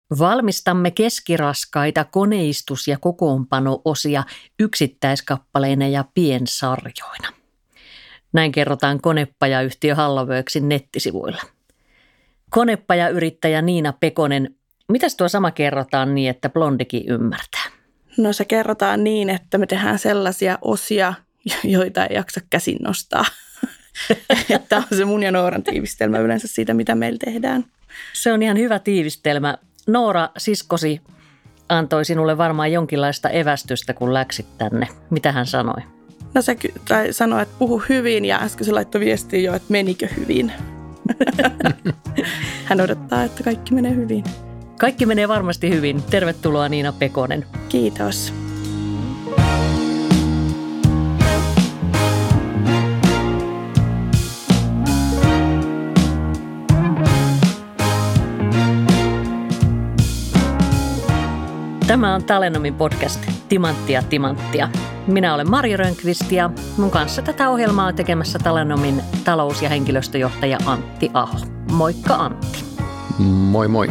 Valmistamme keskiraskaita koneistus- ja kokoonpano-osia yksittäiskappaleina ja piensarjoina. Näin kerrotaan konepajayhtiö Hallaworksin nettisivuilla. Konepajayrittäjä Niina Pekonen, mitäs tuo sama kerrotaan niin, että blondikin ymmärtää? No se kerrotaan niin, että me tehdään sellaisia osia, joita ei jaksa käsin nostaa. Tämä on se mun ja Nooran tiivistelmä yleensä siitä, mitä meillä tehdään. Se on ihan hyvä tiivistelmä. Noora, siskosi, antoi sinulle varmaan jonkinlaista evästystä, kun läksit tänne. Mitä hän sanoi? No se sanoi, että puhu hyvin ja äsken se laittoi viestiä jo, että menikö hyvin. Hän odottaa, että kaikki menee hyvin. Kaikki menee varmasti hyvin. Tervetuloa Niina Pekonen. Kiitos. Tämä on Talenomin podcast Timanttia Timanttia. Minä olen Mari Rönnqvist ja mun kanssa tätä ohjelmaa on tekemässä Talenomin talous- ja henkilöstöjohtaja Antti Aho. Moikka Antti. Moi moi.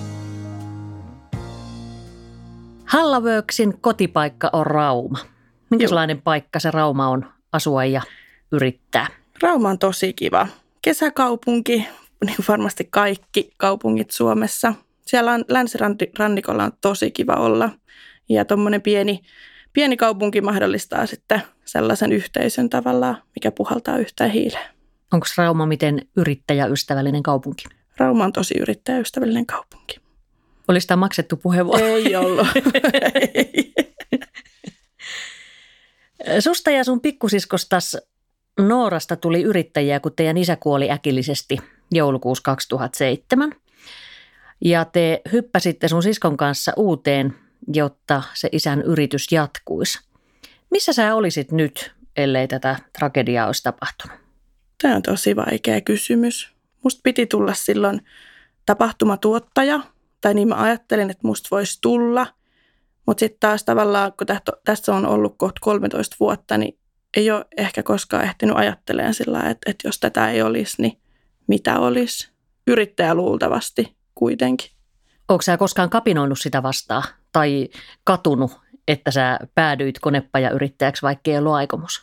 Hallaworksin kotipaikka on Rauma. Minkälainen paikka se Rauma on asua ja yrittää? Rauma on tosi kiva. Kesäkaupunki, niin kuin varmasti kaikki kaupungit Suomessa. Siellä on länsirannikolla on tosi kiva olla ja tuommoinen pieni kaupunki mahdollistaa sitten sellaisen yhteisön tavallaan, mikä puhaltaa yhteen hiileen. Onko Rauma miten yrittäjäystävällinen kaupunki? Rauma on tosi yrittäjäystävällinen kaupunki. Olisi tämä maksettu puheenvuoro? Ei ollut. Susta ja sun pikkusiskostas Noorasta tuli yrittäjiä, kun teidän isä kuoli äkillisesti joulukuussa 2007. Ja te hyppäsitte sun siskon kanssa uuteen, jotta se isän yritys jatkuisi. Missä sä olisit nyt, ellei tätä tragediaa olisi tapahtunut? Tämä on tosi vaikea kysymys. Musta piti tulla silloin tapahtumatuottaja, tai niin mä ajattelin, että musta voisi tulla. Mutta sitten taas tavallaan, kun tässä on ollut kohta 13 vuotta, niin ei ole ehkä koskaan ehtinyt ajattelemaan sillä, että jos tätä ei olisi, niin mitä olisi? Yrittäjä luultavasti kuitenkin. Onko sä koskaan kapinoinut sitä vastaan tai katunut, että sä päädyit konepajayrittäjäksi, vaikka ei ollut aikomus?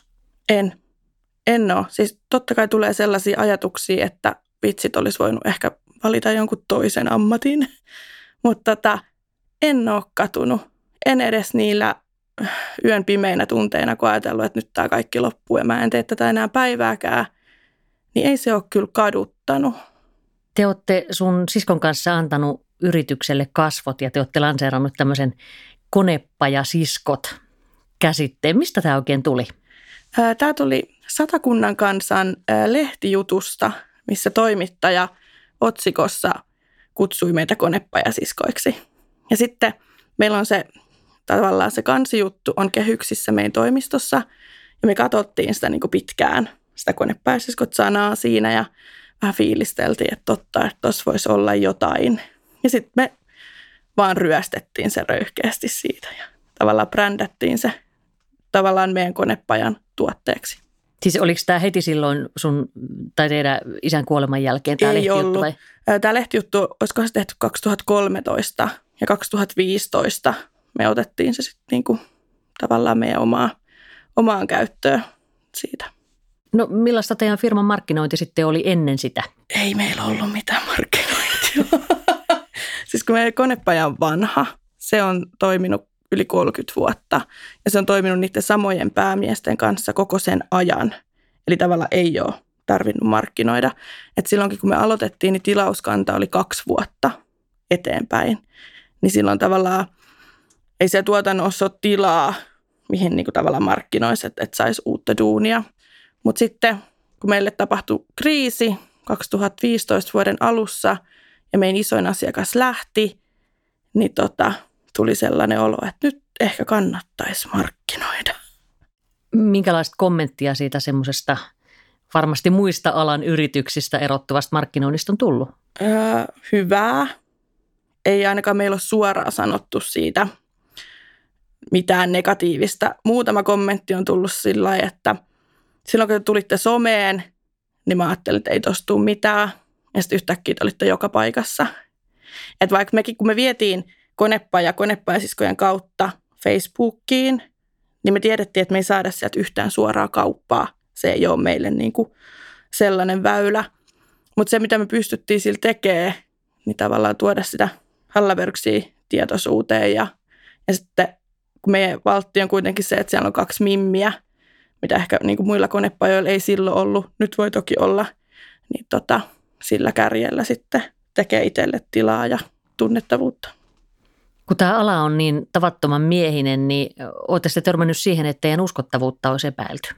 En ole. Siis totta kai tulee sellaisia ajatuksia, että vitsit olisi voinut ehkä valita jonkun toisen ammatin, mutta en ole katunut. En edes niillä yön pimeinä tunteina, kun ajatellut, että nyt tämä kaikki loppuu ja mä en tee tätä enää päivääkään, niin ei se ole kyllä kaduttanut. Te olette sun siskon kanssa antanut yritykselle kasvot ja te olette lanseerannut tämmöisen konepajasiskot käsitteen. Mistä tämä oikein tuli? Tämä tuli Satakunnan Kansan lehtijutusta, missä toimittaja otsikossa kutsui meitä konepajasiskoiksi. Ja sitten meillä on tavallaan se kansijuttu on kehyksissä meidän toimistossa ja me katsottiin sitä niin kuin pitkään, sitä konepajasiskot-sanaa siinä ja vähän fiilisteltiin, että totta, että tuossa voisi olla jotain. Ja sitten me vaan ryöstettiin se röyhkeästi siitä ja tavallaan brändättiin se tavallaan meidän konepajan tuotteeksi. Siis oliko tämä heti silloin sun tai teidän isän kuoleman jälkeen tämä lehtijuttu? Vai? Tämä lehtijuttu, olisiko se tehty 2013 ja 2015 me otettiin se sitten niinku tavallaan meidän omaan käyttöön siitä. No millaista teidän firman markkinointi sitten oli ennen sitä? Ei meillä ollut mitään markkinointia. Siis kun meidän konepaja on vanha, se on toiminut yli 30 vuotta ja se on toiminut niiden samojen päämiesten kanssa koko sen ajan. Eli tavallaan ei ole tarvinnut markkinoida. Et silloinkin kun me aloitettiin, niin tilauskanta oli 2 vuotta eteenpäin. Niin silloin tavallaan ei se tuotannossa ole tilaa, mihin niin kuin tavallaan markkinoisi, että saisi uutta duunia. Mutta sitten kun meille tapahtui kriisi 2015 vuoden alussa ja meidän isoin asiakas lähti, niin tuli sellainen olo, että nyt ehkä kannattaisi markkinoida. Minkälaista kommenttia siitä semmoisesta varmasti muista alan yrityksistä erottuvasta markkinoinnista on tullut? Hyvää. Ei ainakaan meillä ole suoraan sanottu siitä mitään negatiivista. Muutama kommentti on tullut sillä lailla, että silloin kun te tulitte someen, niin mä ajattelin, että ei tosta tule mitään. Ja sitten yhtäkkiä te olitte joka paikassa. Että vaikka mekin, kun me vietiin konepajasiskojen kautta Facebookiin, niin me tiedettiin, että me ei saada sieltä yhtään suoraa kauppaa. Se ei ole meille niin kuin sellainen väylä. Mutta se, mitä me pystyttiin sillä tekemään, niin tavallaan tuoda sitä Hallabergsia tietoisuuteen. Ja sitten kun meidän valtti on kuitenkin se, että siellä on 2 mimmiä, mitä ehkä niin kuin muilla konepajoilla ei silloin ollut, nyt voi toki olla, niin sillä kärjellä sitten tekee itselle tilaa ja tunnettavuutta. Kun tämä ala on niin tavattoman miehinen, niin olette sitten törmännyt siihen, että teidän uskottavuutta olisi epäilty?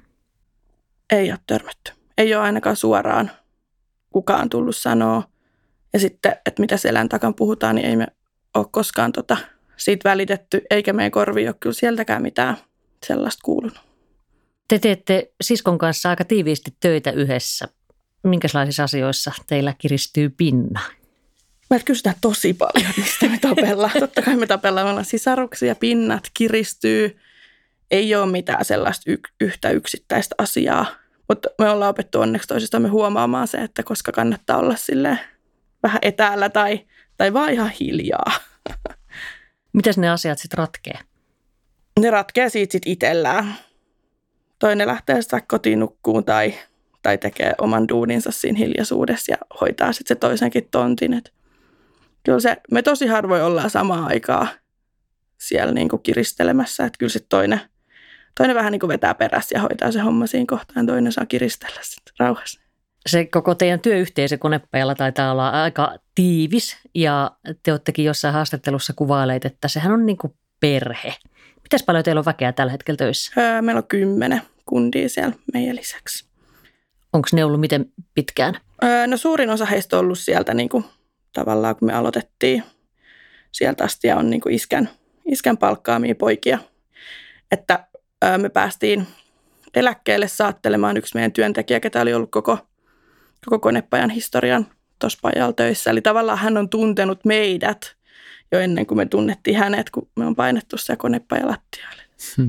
Ei ole törmätty. Ei ole ainakaan suoraan kukaan tullut sanoa. Ja sitten, että mitä selän takan puhutaan, niin ei me ole koskaan siitä välitetty, eikä meidän korviin ole kyllä sieltäkään mitään sellaista kuulunut. Te teette siskon kanssa aika tiiviisti töitä yhdessä. Minkälaisissa asioissa teillä kiristyy pinna? Meiltä kysytään tosi paljon, mistä me tapellaan. Totta kai me tapellaan, me ollaan sisaruksia, pinnat kiristyy. Ei ole mitään sellaista yhtä yksittäistä asiaa. Mutta me ollaan opettu onneksi toisistamme huomaamaan se, että koska kannattaa olla silleen vähän etäällä tai vaan ihan hiljaa. Mitäs ne asiat sitten ratkee? Ne ratkee siitä sitten itsellään. Toinen lähtee sitä kotiin nukkuun tai tekee oman duuninsa siinä hiljaisuudessa ja hoitaa sitten se toisenkin tontin. Et kyllä me tosi harvoin ollaan samaan aikaan siellä niinku kiristelemässä. Että kyllä sitten toinen vähän niinku vetää perässä ja hoitaa se homma siinä kohtaan. Toinen saa kiristellä sitten rauhassa. Se koko teidän työyhteisö Konepajalla taitaa olla aika tiivis ja te oottekin jossain haastattelussa kuvaileet, että sehän on niin kuin perhe. Mitäs paljon teillä on väkeä tällä hetkellä töissä? Meillä on 10 kundia siellä meidän lisäksi. Onko ne ollut miten pitkään? No suurin osa heistä on ollut sieltä niin kuin, tavallaan, kun me aloitettiin sieltä asti ja on niin kuin iskän palkkaamia poikia. Että me päästiin eläkkeelle saattelemaan yksi meidän työntekijä, ketä oli ollut koko Konepajan historian tuossa pajalla töissä. Eli tavallaan hän on tuntenut meidät jo ennen kuin me tunnettiin hänet, kun me on painettu se Konepaja lattialle.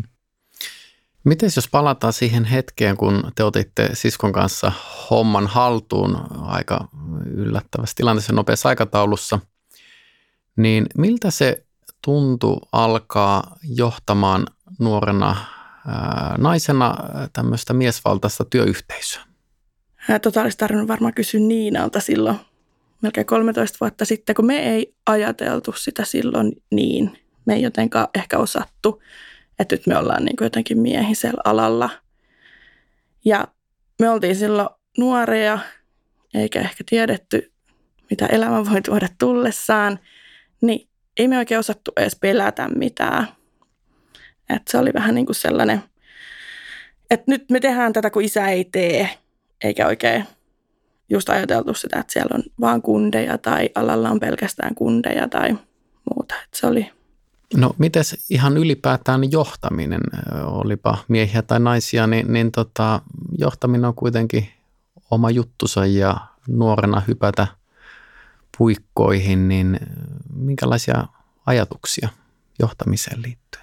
Miten jos palataan siihen hetkeen, kun te otitte siskon kanssa homman haltuun aika yllättävässä tilanteessa nopeassa aikataulussa, niin miltä se tuntui alkaa johtamaan nuorena naisena tämmöistä miesvaltaista työyhteisöä? Olisi tarvinnut varmaan kysyä Niinalta silloin melkein 13 vuotta sitten, kun me ei ajateltu sitä silloin niin. Me ei jotenkaan ehkä osattu, että nyt me ollaan niin kuin jotenkin miehisellä alalla. Ja me oltiin silloin nuoria, eikä ehkä tiedetty, mitä elämä voi tuoda tullessaan, niin ei me oikein osattu edes pelätä mitään. Että se oli vähän niin kuin sellainen, että nyt me tehdään tätä, kun isä ei tee, eikä oikein just ajateltu sitä, että siellä on vaan kundeja tai alalla on pelkästään kundeja tai muuta. Että se oli. No mites ihan ylipäätään johtaminen, olipa miehiä tai naisia, niin johtaminen on kuitenkin oma juttusa ja nuorena hypätä puikkoihin, niin minkälaisia ajatuksia johtamiseen liittyen?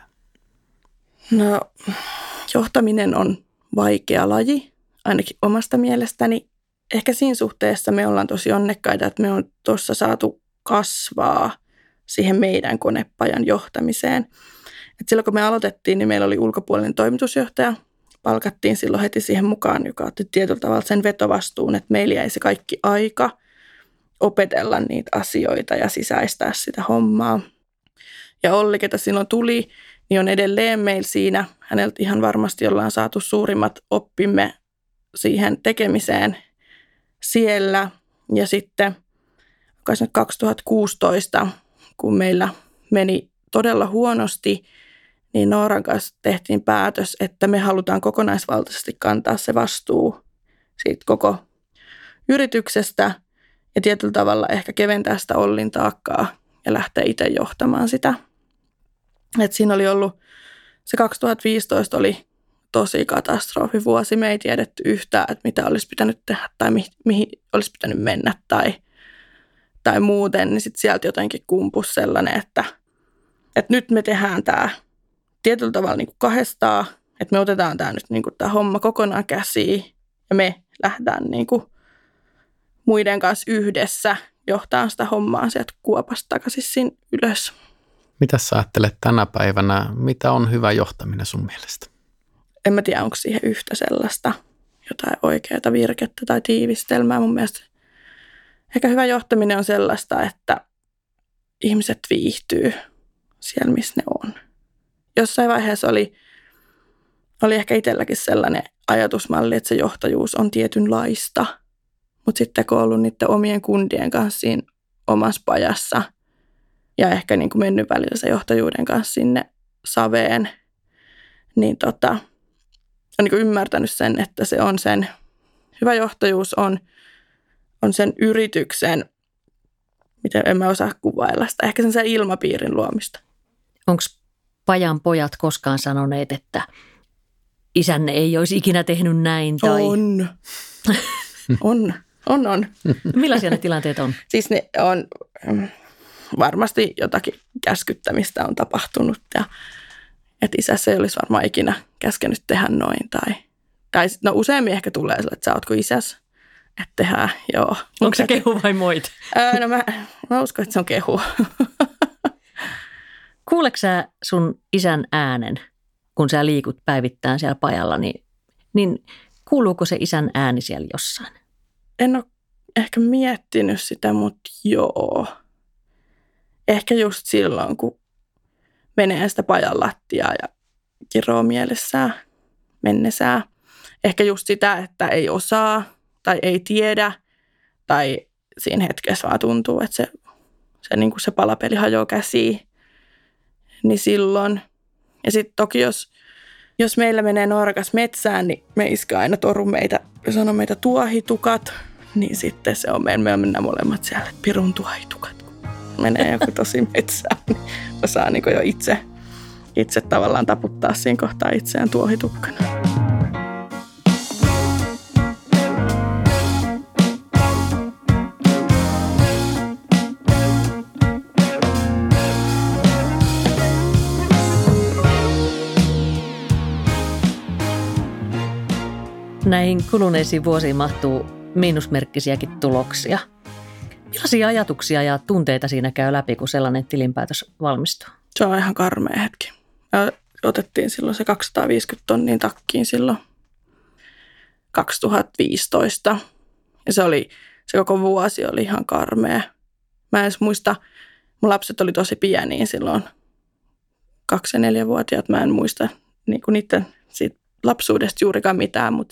No johtaminen on vaikea laji, ainakin omasta mielestäni. Ehkä siinä suhteessa me ollaan tosi onnekkaita, että me on tuossa saatu kasvaa siihen meidän Konepajan johtamiseen. Et silloin kun me aloitettiin, niin meillä oli ulkopuolinen toimitusjohtaja. Palkattiin silloin heti siihen mukaan, joka otti tietyllä tavalla sen vetovastuun, että meillä jäi se kaikki aika opetella niitä asioita ja sisäistää sitä hommaa. Ja Olli, ketä silloin tuli, niin on edelleen meillä siinä. Häneltä ihan varmasti ollaan saatu suurimmat oppimme siihen tekemiseen siellä. Ja sitten 2016, kun meillä meni todella huonosti, niin Nooran kanssa tehtiin päätös, että me halutaan kokonaisvaltaisesti kantaa se vastuu siitä koko yrityksestä ja tietyllä tavalla ehkä keventää sitä Ollin taakkaa ja lähteä itse johtamaan sitä. Et siinä oli ollut, se 2015 oli tosi katastrofivuosi. Me ei tiedetty yhtään, että mitä olisi pitänyt tehdä tai mihin olisi pitänyt mennä tai muuten. Niin sitten sieltä jotenkin kumpusi sellainen, että nyt me tehdään tämä tietyllä tavalla niin kuin kahdestaan, että me otetaan tämä nyt niin kuin tämä homma kokonaan käsiin ja me lähdetään niin kuin muiden kanssa yhdessä johtaa sitä hommaa sieltä kuopasta takaisin siinä ylös. Mitä sä ajattelet tänä päivänä? Mitä on hyvä johtaminen sun mielestä? En mä tiedä, onko siihen yhtä sellaista jotain oikeaa virkettä tai tiivistelmää. Mun mielestä ehkä hyvä johtaminen on sellaista, että ihmiset viihtyy siellä, missä ne on. Jossain vaiheessa oli ehkä itselläkin sellainen ajatusmalli, että se johtajuus on tietynlaista. Mutta sitten kun on ollut niiden omien kundien kanssa siinä omassa pajassa ja ehkä niin kuin mennyt välillä se johtajuuden kanssa sinne saveen, niin on niin kuin ymmärtänyt sen, että se on sen, hyvä johtajuus on sen yrityksen, miten en mä osaa kuvailla sitä, ehkä sen ilmapiirin luomista. Onko pajan pojat koskaan sanoneet, että isänne ei olisi ikinä tehnyt näin? Tai... On. Millaisia ne tilanteet on? Siis ne on, varmasti jotakin käskyttämistä on tapahtunut ja että isässä ei olisi varmaan ikinä käskenyt tehdä noin. Tai no useammin ehkä tulee sille, että sä ootko isäs, että tehdään, joo. Onko se kehu vai moit? No mä uskon, että se on kehu. Kuuleeko sä sun isän äänen, kun sä liikut päivittäin siellä pajalla, niin kuuluuko se isän ääni siellä jossain? En ole ehkä miettinyt sitä, mutta joo. Ehkä just silloin, kun menee sitä pajan lattiaa ja kiroo mielessään, mennesään. Ehkä just sitä, että ei osaa tai ei tiedä tai siinä hetkessä vaan tuntuu, että niin kuin se palapeli hajoaa käsiin. Niin silloin. Ja sitten toki, jos meillä menee Norakas metsään, niin me iskä aina toru meitä ja sanoo meitä tuohitukat. Niin sitten se on me mennään molemmat siellä, että pirun tuohitukat. Kun menee joku tosi metsään, niin osaa niin jo itse tavallaan taputtaa siinä kohtaa itseään tuohitukkana. Näihin kuluneisiin vuosiin mahtuu miinusmerkkisiäkin tuloksia. Millaisia ajatuksia ja tunteita siinä käy läpi, kun sellainen tilinpäätös valmistuu? Se on ihan karmea hetki. Me otettiin silloin se 250 tonnin takkiin silloin 2015. Ja se koko vuosi oli ihan karmea. Mä en edes muista, mun lapset oli tosi pieniä silloin, 2- ja 4-vuotiaat. Mä en muista niiden siitä lapsuudesta juurikaan mitään, mutta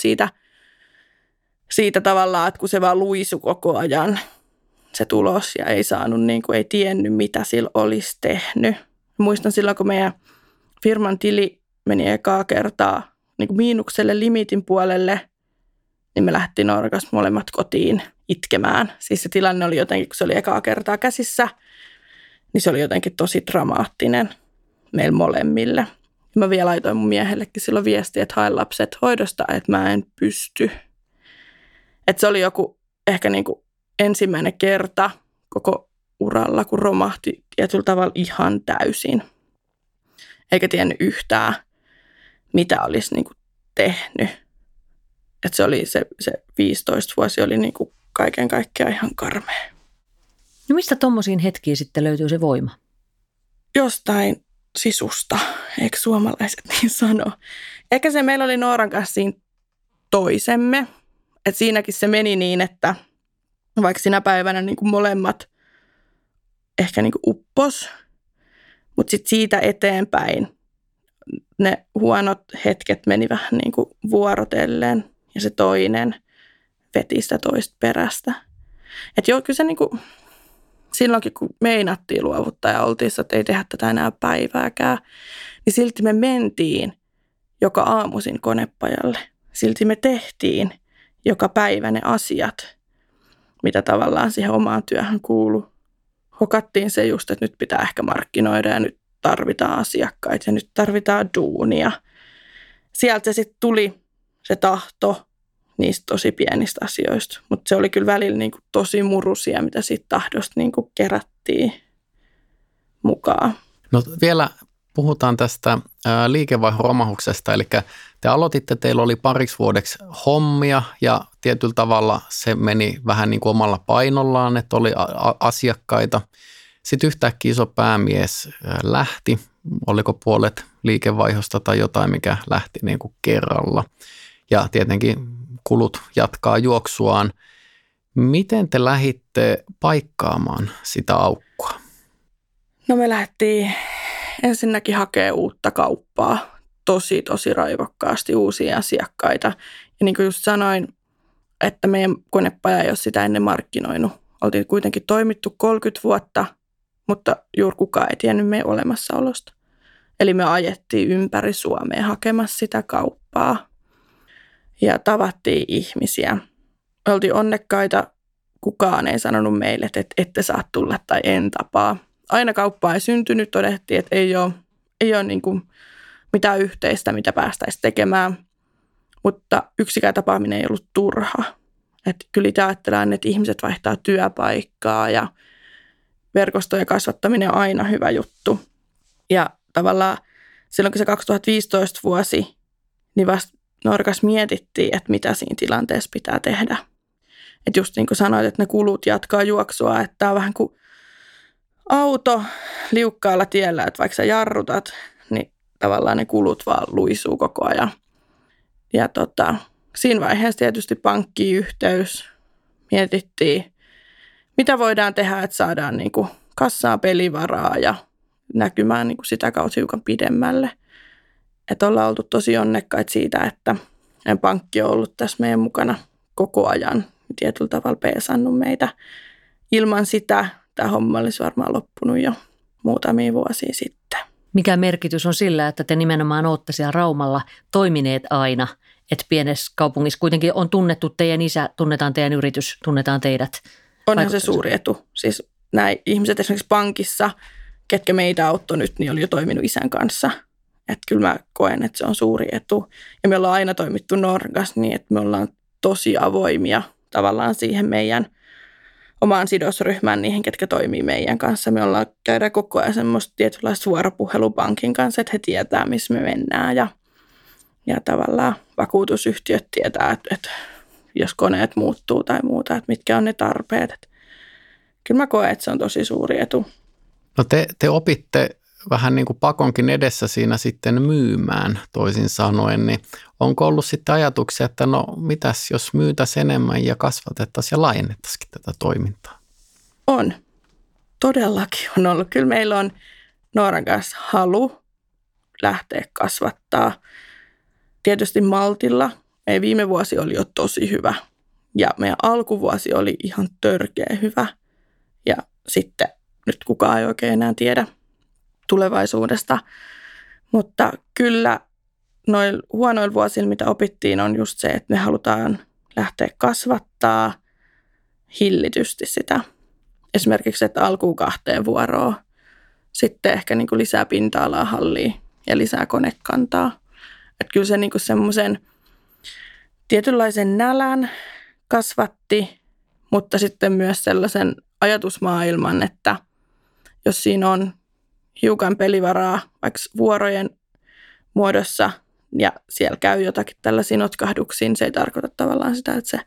siitä tavallaan, että kun se vaan luisu koko ajan se tulos ja ei saanut, ei tiennyt, mitä sillä olisi tehnyt. Muistan silloin, kun meidän firman tili meni ekaa kertaa miinukselle limitin puolelle, niin me lähdettiin Norakas molemmat kotiin itkemään. Siis se tilanne oli jotenkin, kun se oli ekaa kertaa käsissä, niin se oli jotenkin tosi dramaattinen meillä molemmille. Mä vielä laitoin mun miehellekin silloin viestiä, että haen lapset hoidosta, että mä en pysty. Että se oli joku ehkä ensimmäinen kerta koko uralla, kun romahti tietyllä tavalla ihan täysin. Eikä tiennyt yhtään, mitä olisi tehnyt. Että se oli se 15 vuosi oli kaiken kaikkiaan ihan karmea. No mistä tommosiin hetkiin sitten löytyy se voima? Jostain sisusta, eikö suomalaiset niin sano. Ehkä se meillä oli Nooran kanssa siinä toisemme. Että siinäkin se meni niin, että vaikka sinä päivänä molemmat ehkä uppos, mutta sitten siitä eteenpäin ne huonot hetket meni vähän vuorotellen ja se toinen veti sitä toista perästä. Että joo, kyllä se silloinkin, kun meinattiin luovuttaa ja oltiin, että ei tehdä tätä enää päivääkään, niin silti me mentiin joka aamuisin konepajalle. Silti me tehtiin joka päivä ne asiat, mitä tavallaan siihen omaan työhön kuului. Hokattiin se just, että nyt pitää ehkä markkinoida ja nyt tarvitaan asiakkaita ja nyt tarvitaan duunia. Sieltä se sitten tuli se tahto niistä tosi pienistä asioista, mutta se oli kyllä välillä tosi murusia, mitä siitä tahdosta kerättiin mukaan. No vielä puhutaan tästä liikevaihdon romahuksesta, eli te aloititte, teillä oli pariksi vuodeksi hommia ja tietyllä tavalla se meni vähän niin kuin omalla painollaan, että oli asiakkaita. Sitten yhtäkkiä iso päämies lähti, oliko puolet liikevaihdosta tai jotain, mikä lähti niin kuin kerralla. Ja tietenkin kulut jatkaa juoksuaan. Miten te lähditte paikkaamaan sitä aukkoa? No me lähdettiin ensinnäkin hakemaan uutta kauppaa, tosi raivokkaasti uusia asiakkaita. Ja niin kuin just sanoin, että meidän konepaja ei ole sitä ennen markkinoinut. Oltiin kuitenkin toimittu 30 vuotta, mutta juuri kukaan ei tiennyt meidän olemassaolosta. Eli me ajettiin ympäri Suomea hakemassa sitä kauppaa ja tavattiin ihmisiä. Me oltiin onnekkaita, kukaan ei sanonut meille, että ette saa tulla tai en tapaa. Aina kauppaa ei syntynyt, todettiin, että ei ole niin kuin mitään yhteistä, mitä päästäisiin tekemään, mutta yksikään tapaaminen ei ollut turha. Että kyllä itse ajatellaan, että ihmiset vaihtaa työpaikkaa ja verkostojen kasvattaminen on aina hyvä juttu. Ja tavallaan silloin, kun se 2015 vuosi, niin vasta Norkas mietittiin, että mitä siinä tilanteessa pitää tehdä. Että just niin kuin sanoit, että ne kulut jatkaa juoksua, että tämä on vähän kuin auto liukkaalla tiellä, että vaikka sä jarrutat, niin tavallaan ne kulut vaan luisuu koko ajan. Ja siinä vaiheessa tietysti pankkiin yhteys, mietittiin, mitä voidaan tehdä, että saadaan niin kuin kassaan pelivaraa ja näkymään niin kuin sitä kautta hiukan pidemmälle. Että ollaan oltu tosi onnekkaita siitä, että pankki on ollut tässä meidän mukana koko ajan tietyllä tavalla peesannut meitä. Ilman sitä tämä homma olisi varmaan loppunut jo muutamia vuosia sitten. Mikä merkitys on sillä, että te nimenomaan olette siellä Raumalla toimineet aina, että pienessä kaupungissa kuitenkin on tunnettu teidän isä, tunnetaan teidän yritys, tunnetaan teidät? Onhan se suuri etu. Siis nämä ihmiset esimerkiksi pankissa, ketkä meitä auttoi nyt, niin oli jo toiminut isän kanssa. Että kyllä mä koen, että se on suuri etu. Ja me ollaan aina toimittu Norgas niin, että me ollaan tosi avoimia tavallaan siihen meidän omaan sidosryhmään, niihin, ketkä toimii meidän kanssa. Me käydään koko ajan semmoista tietynlaista vuoropuhelua pankin kanssa, että he tietää, missä me mennään. Ja tavallaan vakuutusyhtiöt tietää, että jos koneet muuttuu tai muuta, että mitkä on ne tarpeet. Että kyllä mä koen, että se on tosi suuri etu. No te opitte vähän niin kuin pakonkin edessä siinä sitten myymään toisin sanoen, niin onko ollut sitten ajatuksia, että no mitäs jos myytäisiin enemmän ja kasvatettaisiin ja laajennettaisiin tätä toimintaa? On. Todellakin on ollut. Kyllä meillä on Nooran kanssa halu lähteä kasvattaa. Tietysti maltilla. Meidän viime vuosi oli jo tosi hyvä ja meidän alkuvuosi oli ihan törkeä hyvä. Ja sitten nyt kukaan ei oikein enää tiedä tulevaisuudesta. Mutta kyllä noilla huonoilla vuosilla, mitä opittiin, on just se, että me halutaan lähteä kasvattaa hillitysti sitä. Esimerkiksi, että alkuun 2 vuoroa, sitten ehkä niin kuin lisää pinta-alaa halliin ja lisää konekantaa. Että kyllä se niin kuin semmoisen tietynlaisen nälän kasvatti, mutta sitten myös sellaisen ajatusmaailman, että jos siinä on hiukan pelivaraa vaikka vuorojen muodossa ja siellä käy jotakin tällaisia notkahduksia, niin se ei tarkoita tavallaan sitä, että se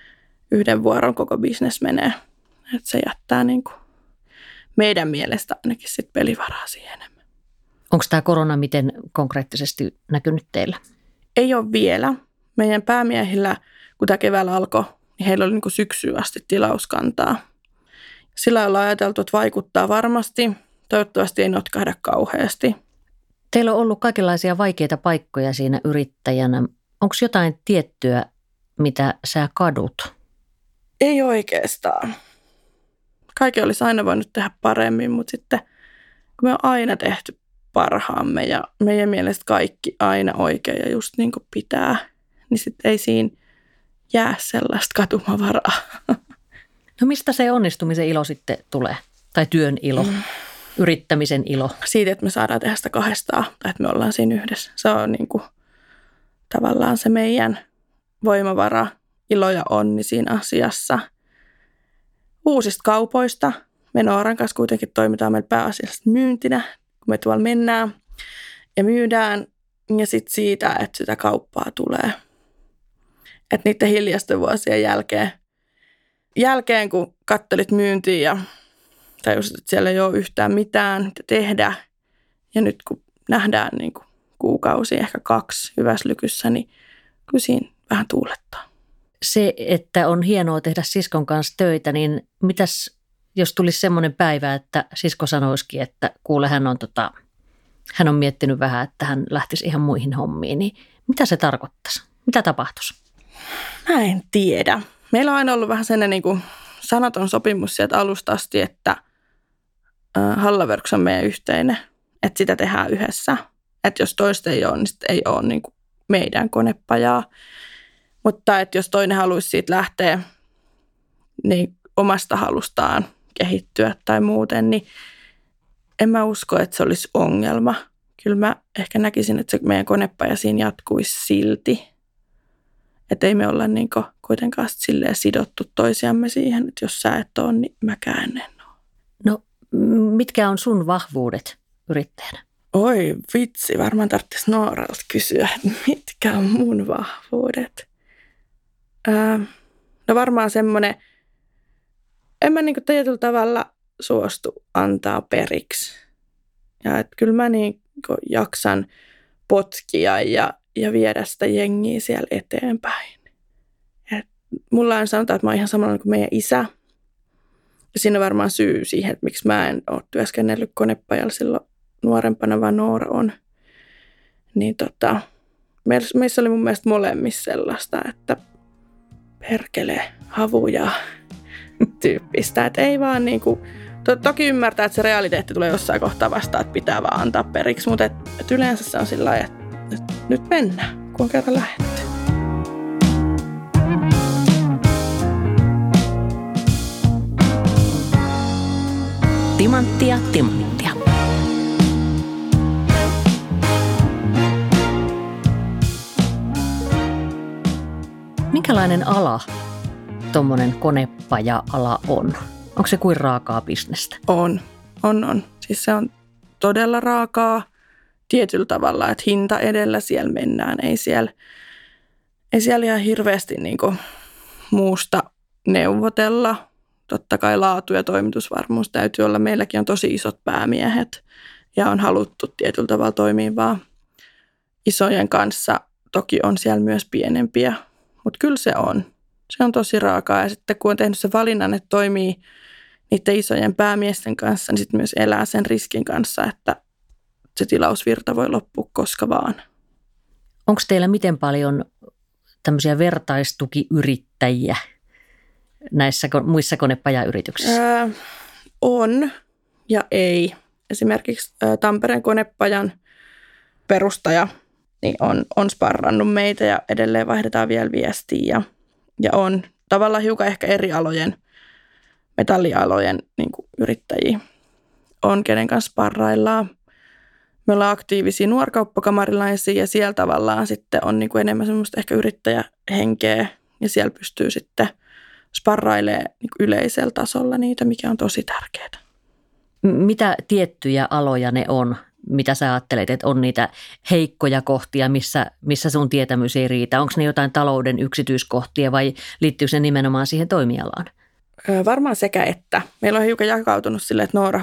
1 vuoron koko bisnes menee. Että se jättää niin kuin meidän mielestä ainakin sit pelivaraa siihen enemmän. Onko tämä korona miten konkreettisesti näkynyt teillä? Ei ole vielä. Meidän päämiehillä, kun tämä keväällä alkoi, niin heillä oli niin kuin syksyyn asti tilauskantaa. Sillä ollaan ajateltu, että vaikuttaa varmasti. Toivottavasti ei notkahda kauheasti. Teillä on ollut kaikenlaisia vaikeita paikkoja siinä yrittäjänä. Onko jotain tiettyä, mitä sä kadut? Ei oikeastaan. Kaikki olisi aina voinut tehdä paremmin, mutta sitten kun me on aina tehty parhaamme ja meidän mielestä kaikki aina oikein ja just niin kuin pitää, niin sitten ei siinä jää sellaista katumavaraa. No mistä se onnistumisen ilo sitten tulee? Tai työn ilo, yrittämisen ilo? Siitä, että me saadaan tehdä sitä 2 tai että me ollaan siinä yhdessä. Se on niin kuin tavallaan se meidän voimavara, ilo ja onni siinä asiassa. Uusista kaupoista. Me Nooran kanssa kuitenkin toimitaan meillä pääasiallisesti myyntinä, kun me tuolla mennään. ja myydään. Ja sitten siitä, että sitä kauppaa tulee. Että niiden hiljaisten vuosien jälkeen kun kattelit myyntiä ja tajusit, että siellä ei ole yhtään mitään mitä tehdä. Ja nyt kun nähdään niin kuin kuukausi, ehkä 2 hyvässä lykyssä, niin kyllä siinä vähän tuulettaa. Se, että on hienoa tehdä siskon kanssa töitä, niin mitäs jos tulisi semmoinen päivä, että sisko sanoisikin, että kuule hän on miettinyt vähän, että hän lähtisi ihan muihin hommiin, niin mitä se tarkoittaisi? Mitä tapahtuisi? Mä en tiedä. Meillä on aina ollut vähän sellainen niin kuin sanaton sopimus sieltä alusta asti, että Hallaworks on meidän yhteinen, että sitä tehdään yhdessä. Että jos toista ei ole, niin sitten ei ole niin kuin meidän konepajaa. Mutta että jos toinen haluaisi siitä lähteä niin omasta halustaan kehittyä tai muuten, niin en mä usko, että se olisi ongelma. Kyllä mä ehkä näkisin, että se meidän konepaja siinä jatkuisi silti. Että ei me olla niin kuitenkaan silleen sidottu toisiamme siihen, että jos sä et ole, niin mäkään en ole. No, mitkä on sun vahvuudet yrittäjänä? Oi vitsi, varmaan tarvitsisi Nooralta kysyä, että mitkä on mun vahvuudet. No varmaan semmoinen, en mä niin tietyllä tavalla suostu antaa periksi. Ja että kyllä mä niin jaksan potkia ja viedä sitä jengiä siellä eteenpäin. Et mulla on sanotaan, että mä oon ihan samalla kuin meidän isä. Ja siinä on varmaan syy siihen, että miksi mä en ole työskennellyt konepajalla silloin nuorempana, vaan Noora on. Niin meissä oli mun mielestä molemmissa sellaista, että perkele havuja tyyppistä. Että ei vaan niinku, toki ymmärtää, että se realiteetti tulee jossain kohtaa vastaan, että pitää vaan antaa periksi. Mutta et yleensä se on sillä lailla, että nyt mennään, kun on kerran lähdetty. Timanttia. Minkälainen ala tuommoinen konepaja-ala on? Onko se kuin raakaa bisnestä? On. Siis se on todella raakaa tietyllä tavalla, että hinta edellä siellä mennään. Ei siellä ihan hirveästi niinku muusta neuvotella. Totta kai laatu ja toimitusvarmuus täytyy olla. Meilläkin on tosi isot päämiehet ja on haluttu tietyllä tavalla toimia vaan isojen kanssa. Toki on siellä myös pienempiä, mutta kyllä se on. Se on tosi raakaa ja sitten kun on tehnyt sen valinnan, että toimii niiden isojen päämiesten kanssa, niin sitten myös elää sen riskin kanssa, että se tilausvirta voi loppua koska vaan. Onko teillä miten paljon tämmöisiä vertaistukiyrittäjiä näissä muissa konepajayrityksissä? On ja ei. Esimerkiksi Tampereen konepajan perustaja niin on sparrannut meitä ja edelleen vaihdetaan vielä viestiä. Ja on tavallaan hiukan ehkä eri alojen, metallialojen niin kuin yrittäjiä on, kenen kanssa sparraillaan. Me ollaan aktiivisia nuorkauppakamarilaisia ja siellä tavallaan sitten on niin kuin enemmän semmoista ehkä yrittäjähenkeä ja siellä pystyy sitten sparrailemaan niin kuin yleisellä tasolla niitä, mikä on tosi tärkeää. Mitä tiettyjä aloja ne on? Mitä sä ajattelet, että on niitä heikkoja kohtia, missä sun tietämys ei riitä? Onko ne jotain talouden yksityiskohtia vai liittyykö se nimenomaan siihen toimialaan? Varmaan sekä että. Meillä on hiukan jakautunut silleen, että Noora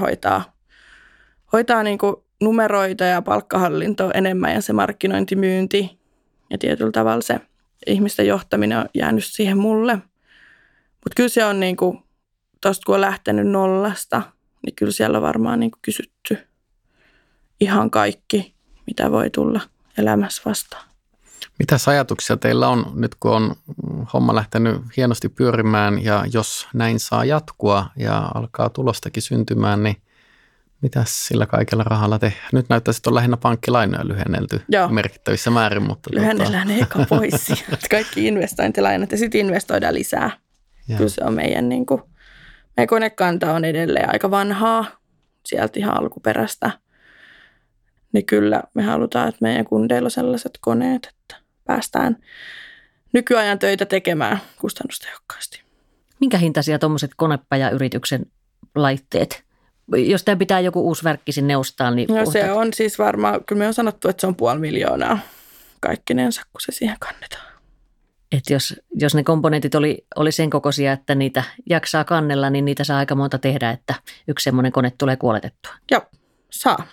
hoitaa niin kuin numeroita ja palkkahallintoa enemmän ja se markkinointimyynti ja tietyllä tavalla se ihmisten johtaminen on jäänyt siihen mulle. Mutta kyllä se on niin kuin, tosta kun on lähtenyt nollasta, niin kyllä siellä on varmaan niin kuin kysytty ihan kaikki, mitä voi tulla elämässä vastaan. Mitäs ajatuksia teillä on nyt, kun on homma lähtenyt hienosti pyörimään ja jos näin saa jatkua ja alkaa tulostakin syntymään, niin mitäs sillä kaikella rahalla tehdään? Nyt näyttäisi, että on lähinnä pankkilainoja lyhennelty merkittävissä määrin. Mutta lyhennellään ne eka pois. Kaikki investointilainat ja sitten investoidaan lisää. Ja. Kyllä se on meidän konekanta on edelleen aika vanhaa, sieltä ihan alkuperäistä. Niin kyllä me halutaan, että meidän kundeilla on sellaiset koneet, että päästään nykyajan töitä tekemään kustannustehokkaasti. Minkä hintaisia tuommoiset konepajayrityksen laitteet Jos tämä pitää joku uusi värkki sinne ostaa, niin no se on siis varmaan, kyllä me on sanottu, että se on 500 000 kaikkinensa, kun se siihen kannetaan. Että jos ne komponentit oli sen kokoisia, että niitä jaksaa kannella, niin niitä saa aika monta tehdä, että yksi semmoinen kone tulee kuoletettua. Joo, saa.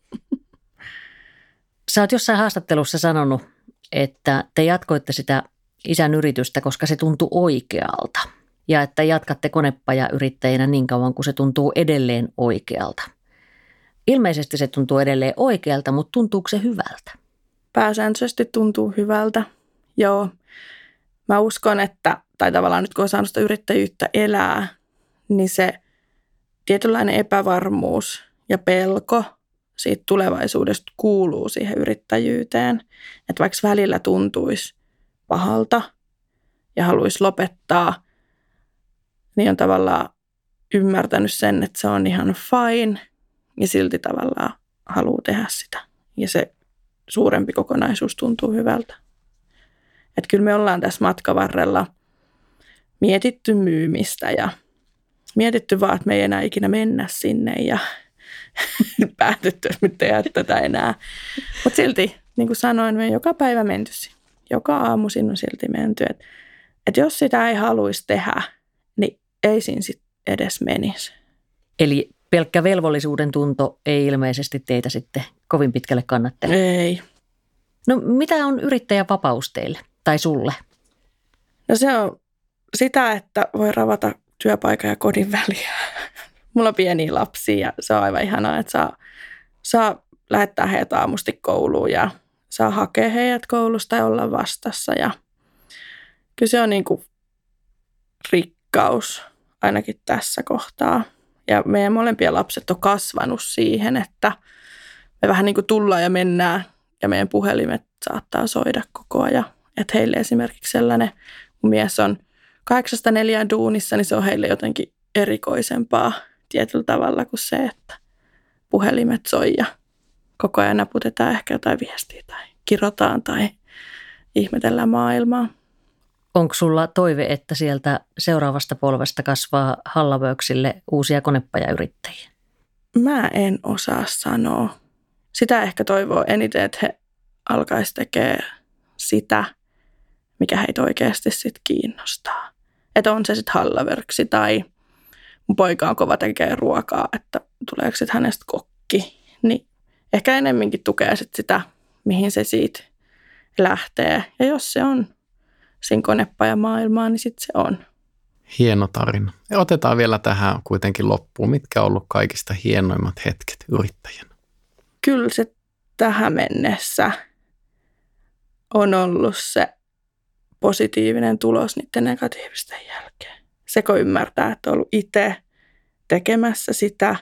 Sä oot jossain haastattelussa sanonut, että te jatkoitte sitä isän yritystä, koska se tuntui oikealta. Ja että jatkatte konepajayrittäjänä niin kauan, kun se tuntuu edelleen oikealta. Ilmeisesti se tuntuu edelleen oikealta, mutta tuntuuko se hyvältä? Pääsääntöisesti tuntuu hyvältä, joo. Mä uskon, että, tai tavallaan nyt kun on saanut sitä yrittäjyyttä elää, niin se tietynlainen epävarmuus ja pelko siitä tulevaisuudesta kuuluu siihen yrittäjyyteen. Että vaikka välillä tuntuisi pahalta ja haluaisi lopettaa, niin on tavallaan ymmärtänyt sen, että se on ihan fine ja silti tavallaan haluaa tehdä sitä. Ja se suurempi kokonaisuus tuntuu hyvältä. Että kyllä me ollaan tässä matkavarrella mietitty myymistä ja mietitty vaan, että me ei enää ikinä mennä sinne ja päätetty, että me tehdään tätä enää. Mutta silti, niin kuin sanoin, me joka päivä menty siinä. Joka aamu siinä on silti menty. Että jos sitä ei haluaisi tehdä, niin ei siinä sitten edes menisi. Eli pelkkä velvollisuuden tunto ei ilmeisesti teitä sitten kovin pitkälle kannattele? Ei. No mitä on yrittäjän vapaus teille tai sulle? No se on sitä, että voi ravata työpaikan ja kodin väliä. Mulla on pieniä lapsia ja se on aivan ihanaa, että saa lähettää heidät aamusti kouluun ja saa hakea heidät koulusta ja olla vastassa. Ja kyllä se on niin kuin rikkaus ainakin tässä kohtaa. Ja meidän molempien lapset on kasvanut siihen, että me vähän niin kuin tullaan ja mennään ja meidän puhelimet saattaa soida koko ajan. Että heille esimerkiksi sellainen, kun mies on 8-4 duunissa, niin se on heille jotenkin erikoisempaa tietyllä tavalla kuin se, että puhelimet soi ja koko ajan naputetaan ehkä jotain viestiä tai kirotaan tai ihmetellään maailmaa. Onko sulla toive, että sieltä seuraavasta polvesta kasvaa Hallaworksille uusia konepajayrittäjiä? Mä en osaa sanoa. Sitä ehkä toivoo eniten, että he alkaisi tekemään sitä, mikä heitä oikeasti sitten kiinnostaa. Että on se sitten Hallaworks tai mun poika on kova tekee ruokaa, että tuleeko sitten hänestä kokki. Niin ehkä enemmänkin tukee sit sitä, mihin se siitä lähtee. Ja jos se on siinä konepajamaailmaa, niin sitten se on. Hieno tarina. Ja otetaan vielä tähän kuitenkin loppuun. Mitkä on ollut kaikista hienoimmat hetket yrittäjänä? Kyllä se tähän mennessä on ollut se positiivinen tulos niiden negatiivisten jälkeen. Se kun ymmärtää, että on ollut itse tekemässä sitä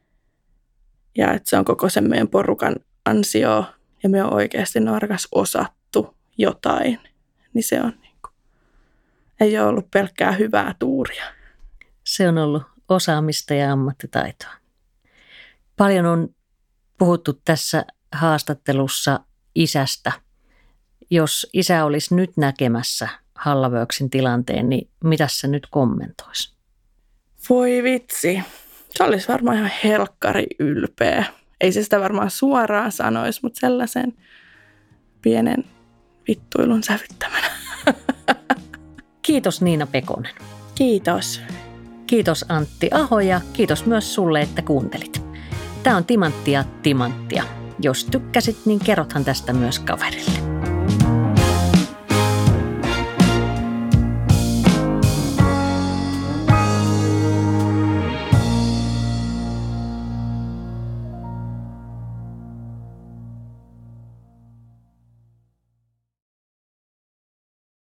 ja että se on koko sen meidän porukan ansio ja me on oikeasti narkas osattu jotain, niin se on niin kuin, ei ole ollut pelkkää hyvää tuuria. Se on ollut osaamista ja ammattitaitoa. Paljon on puhuttu tässä haastattelussa isästä. Jos isä olisi nyt näkemässä Hallaworksin tilanteen, niin mitä se nyt kommentoisi? Voi vitsi. Se olisi varmaan ihan helkkari ylpeä. Ei se sitä varmaan suoraan sanoisi, mutta sellaisen pienen vittuilun sävyttämänä. Kiitos Niina Pekonen. Kiitos. Kiitos Antti Aho ja kiitos myös sulle, että kuuntelit. Tämä on Timanttia Timanttia. Jos tykkäsit, niin kerrothan tästä myös kaverille.